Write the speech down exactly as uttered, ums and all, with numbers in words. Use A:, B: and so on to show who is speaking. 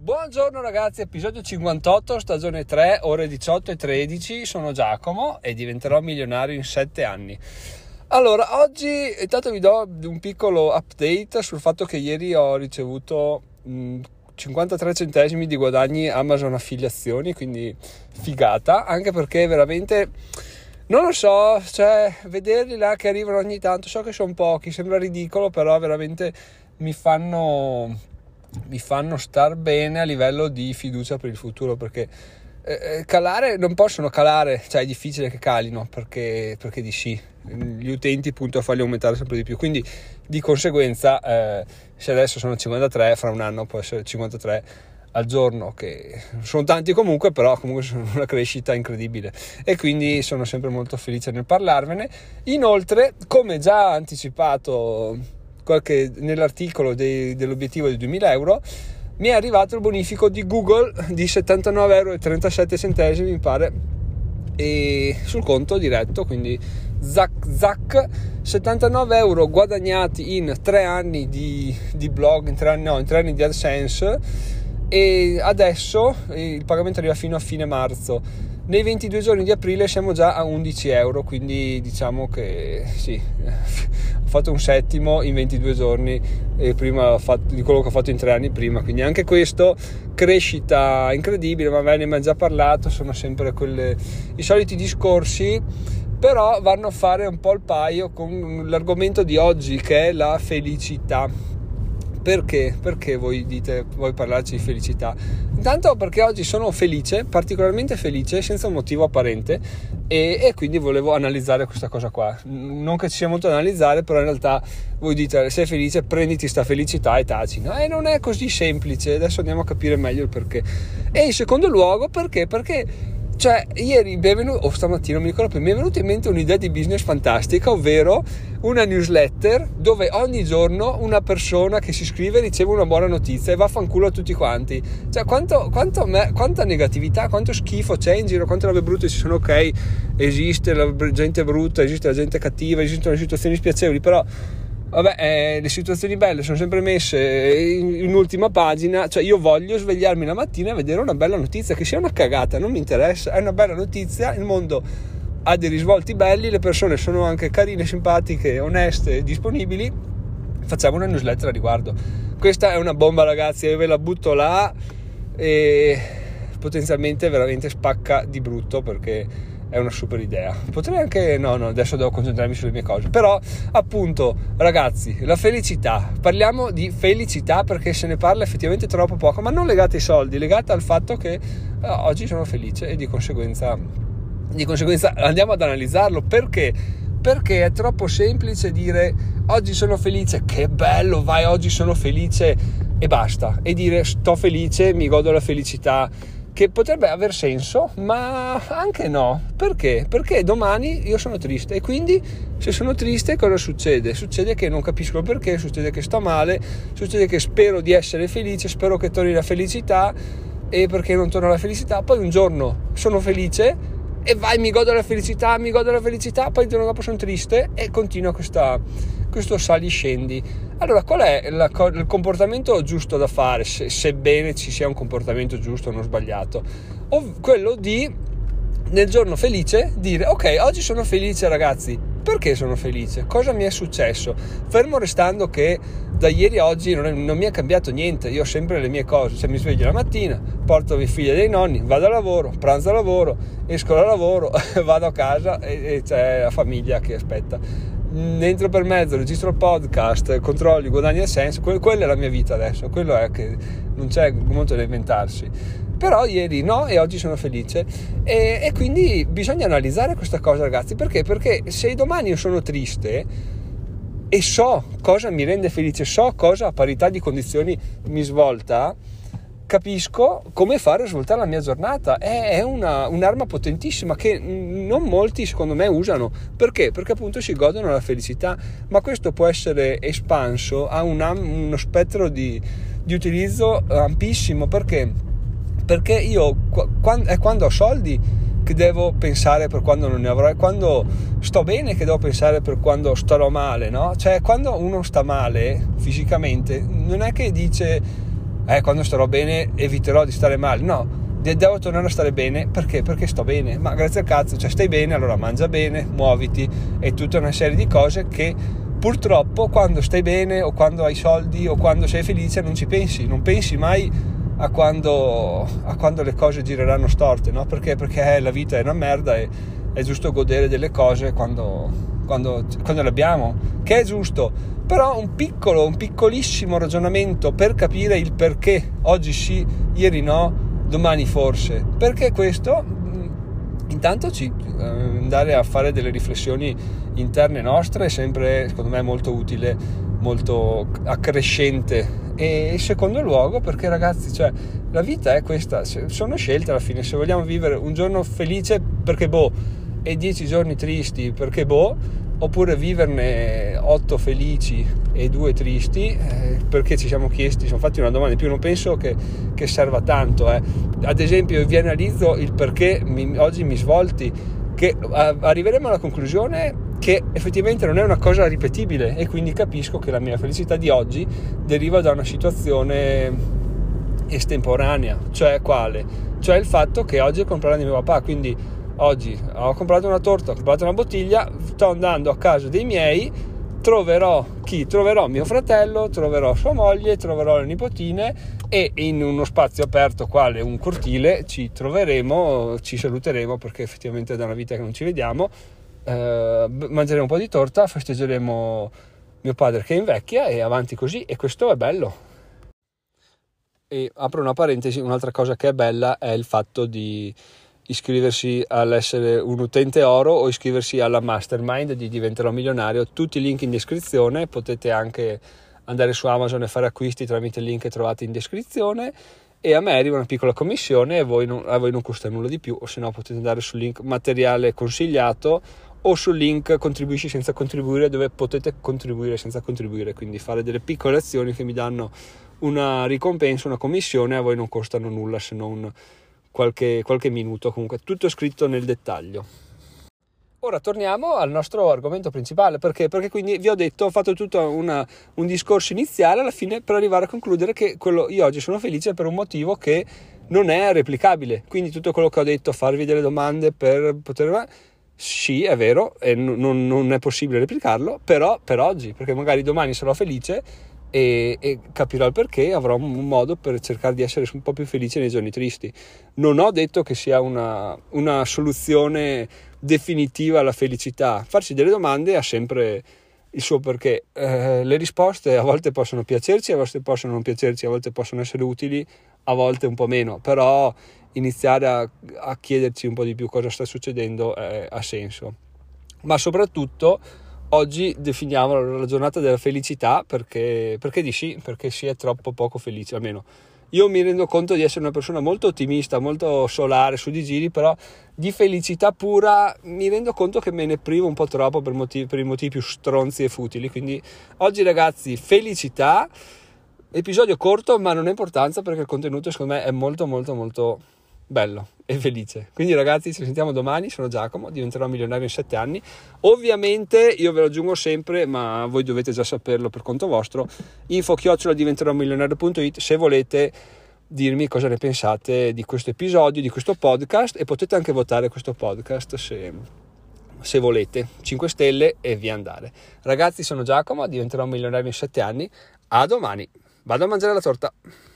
A: Buongiorno ragazzi, episodio cinquantotto, stagione tre, ore diciotto e tredici. Sono Giacomo e diventerò milionario in sette anni. Allora, oggi intanto vi do un piccolo update sul fatto che ieri ho ricevuto mh, cinquantatré centesimi di guadagni Amazon affiliazioni, quindi figata, anche perché veramente non lo so, cioè vederli là che arrivano ogni tanto, so che sono pochi, sembra ridicolo, però veramente mi fanno mi fanno star bene a livello di fiducia per il futuro, perché eh, calare non possono calare, cioè è difficile che calino perché, perché di sì, gli utenti punto a farli aumentare sempre di più, quindi di conseguenza eh, se adesso sono cinquantatré, fra un anno può essere cinquantatré al giorno, che sono tanti comunque, però comunque sono una crescita incredibile e quindi sono sempre molto felice nel parlarvene. Inoltre, come già anticipato qualche, nell'articolo dei, dell'obiettivo di duemila euro, mi è arrivato il bonifico di Google di settantanove virgola trentasette euro mi pare, e sul conto diretto, quindi zac zac, settantanove euro guadagnati in tre anni di, di blog, in tre anni, no, in tre anni di AdSense, e adesso il pagamento arriva fino a fine marzo. Nei ventidue giorni di aprile siamo già a undici euro, quindi diciamo che sì, ho fatto un settimo in ventidue giorni e prima ho fatto, di quello che ho fatto in tre anni prima, quindi anche questo crescita incredibile, ma ve ne abbiamo già parlato, sono sempre quelle, i soliti discorsi, però vanno a fare un po' il paio con l'argomento di oggi, che è la felicità. Perché? Perché voi dite, vuoi parlarci di felicità? Intanto perché oggi sono felice, particolarmente felice, senza un motivo apparente, e, e quindi volevo analizzare questa cosa qua. Non che ci sia molto da analizzare, però in realtà voi dite, sei felice, prenditi sta felicità e taci, no? E non è così semplice, adesso andiamo a capire meglio il perché. E in secondo luogo, perché? Perché cioè ieri mi è venuto, o stamattina non mi ricordo più, mi è venuta in mente un'idea di business fantastica, ovvero una newsletter dove ogni giorno una persona che si iscrive riceve una buona notizia e vaffanculo a tutti quanti. Cioè quanto, quanto me, quanta negatività, quanto schifo c'è in giro, quante robe brutte ci sono. Ok, esiste la gente brutta, esiste la gente cattiva, esistono le situazioni spiacevoli, però vabbè, eh, le situazioni belle sono sempre messe in, in ultima pagina. Cioè io voglio svegliarmi la mattina e vedere una bella notizia, che sia una cagata, non mi interessa, è una bella notizia, il mondo ha dei risvolti belli, le persone sono anche carine, simpatiche, oneste, disponibili, facciamo una newsletter a riguardo. Questa è una bomba ragazzi, io ve la butto là e potenzialmente veramente spacca di brutto, perché è una super idea. Potrei anche no no adesso devo concentrarmi sulle mie cose, però appunto ragazzi, la felicità, parliamo di felicità perché se ne parla effettivamente troppo poco, ma non legata ai soldi, legata al fatto che eh, oggi sono felice e di conseguenza di conseguenza andiamo ad analizzarlo. Perché? Perché è troppo semplice dire oggi sono felice, che bello, vai oggi sono felice e basta, e dire sto felice, mi godo la felicità, che potrebbe aver senso, ma anche no. Perché? Perché domani io sono triste e quindi se sono triste cosa succede? Succede che non capisco il perché, succede che sto male, succede che spero di essere felice, spero che torni la felicità, e perché non torna la felicità? Poi un giorno sono felice e vai, mi godo la felicità, mi godo la felicità, poi il giorno dopo sono triste e continua questa, questo sali-scendi. Allora, qual è la, il comportamento giusto da fare, se, sebbene ci sia un comportamento giusto o non sbagliato? O quello di, nel giorno felice, dire ok, oggi sono felice ragazzi, perché sono felice? Cosa mi è successo? Fermo restando che da ieri a oggi non, è, non mi è cambiato niente, io ho sempre le mie cose, cioè mi sveglio la mattina, porto mia figlia dai nonni, vado a lavoro, pranzo a lavoro, esco da lavoro, vado a casa e, e c'è la famiglia che aspetta. Entro per mezzo, registro il podcast, controlli, guadagni AdSense, que- quella è la mia vita adesso, quello è che non c'è molto da inventarsi. Però ieri no e oggi sono felice e, e quindi bisogna analizzare questa cosa ragazzi. Perché? Perché se domani io sono triste e so cosa mi rende felice, so cosa a parità di condizioni mi svolta, capisco come fare a svoltare la mia giornata. È una, un'arma potentissima che non molti secondo me usano. Perché? Perché appunto si godono la felicità, ma questo può essere espanso a un, uno spettro di, di utilizzo ampissimo. Perché? Perché io quando, è quando ho soldi che devo pensare per quando non ne avrò, è quando sto bene che devo pensare per quando starò male, no? Cioè quando uno sta male fisicamente non è che dice eh, quando starò bene eviterò di stare male. No, devo tornare a stare bene. Perché? Perché sto bene. Ma grazie al cazzo, cioè stai bene, allora mangia bene, muoviti e tutta una serie di cose che purtroppo quando stai bene o quando hai soldi o quando sei felice non ci pensi, non pensi mai a quando, a quando le cose gireranno storte, no? Perché? Perché la vita è una merda e è giusto godere delle cose quando, quando, quando le abbiamo, che è giusto. Però un piccolo, un piccolissimo ragionamento per capire il perché oggi sì, ieri no, domani forse. Perché questo? Intanto ci eh, andare a fare delle riflessioni interne nostre è sempre, secondo me, molto utile, molto accrescente. E in secondo luogo perché, ragazzi, cioè la vita è questa, sono scelte alla fine. Se vogliamo vivere un giorno felice perché boh e dieci giorni tristi perché boh, oppure viverne otto felici e due tristi eh, perché ci siamo chiesti, ci siamo fatti una domanda in più. Non penso che, che serva tanto, eh. Ad esempio vi analizzo il perché mi, oggi mi svolti, che a, arriveremo alla conclusione che effettivamente non è una cosa ripetibile, e quindi capisco che la mia felicità di oggi deriva da una situazione estemporanea. Cioè quale? Cioè il fatto che oggi è il compleanno di mio papà, quindi oggi ho comprato una torta, ho comprato una bottiglia, sto andando a casa dei miei, troverò chi? Troverò mio fratello, troverò sua moglie, troverò le nipotine, e in uno spazio aperto quale un cortile ci troveremo, ci saluteremo perché effettivamente è da una vita che non ci vediamo, eh, mangeremo un po' di torta, festeggeremo mio padre che invecchia e avanti così, e questo è bello. E apro una parentesi, un'altra cosa che è bella è il fatto di iscriversi all'essere un utente oro o iscriversi alla mastermind di Diventerò Milionario. Tutti i link in descrizione, potete anche andare su Amazon e fare acquisti tramite il link che trovate in descrizione, e a me arriva una piccola commissione e a voi non, a voi non costa nulla di più. O se no potete andare sul link materiale consigliato o sul link contribuisci senza contribuire, dove potete contribuire senza contribuire, quindi fare delle piccole azioni che mi danno una ricompensa, una commissione, a voi non costano nulla se non Qualche, qualche minuto. Comunque tutto scritto nel dettaglio. Ora torniamo al nostro argomento principale. Perché? Perché quindi vi ho detto, ho fatto tutto una, un discorso iniziale alla fine per arrivare a concludere che quello, io oggi sono felice per un motivo che non è replicabile. Quindi tutto quello che ho detto, farvi delle domande per poter... Sì, è vero, e non, non è possibile replicarlo, però per oggi, perché magari domani sarò felice E, e capirò il perché, avrò un modo per cercare di essere un po' più felice nei giorni tristi. Non ho detto che sia una, una soluzione definitiva alla felicità. Farsi delle domande ha sempre il suo perché. Eh, le risposte a volte possono piacerci, a volte possono non piacerci, a volte possono essere utili, a volte un po' meno, però iniziare a, a chiederci un po' di più cosa sta succedendo eh, ha senso. Ma soprattutto oggi definiamo la giornata della felicità perché, perché di sì, perché si è troppo poco felice. Almeno io mi rendo conto di essere una persona molto ottimista, molto solare su di giri, però di felicità pura mi rendo conto che me ne privo un po' troppo per, motivi, per i motivi più stronzi e futili. Quindi oggi, ragazzi, felicità, episodio corto ma non ha importanza perché il contenuto secondo me è molto molto molto bello e felice. Quindi ragazzi, ci sentiamo domani. Sono Giacomo, diventerò milionario in sette anni. Ovviamente io ve lo aggiungo sempre, ma voi dovete già saperlo per conto vostro, info chiocciola diventerò milionario punto it se volete dirmi cosa ne pensate di questo episodio, di questo podcast, e potete anche votare questo podcast se, se volete, cinque stelle e via andare. Ragazzi, sono Giacomo, diventerò milionario in sette anni. A domani, vado a mangiare la torta.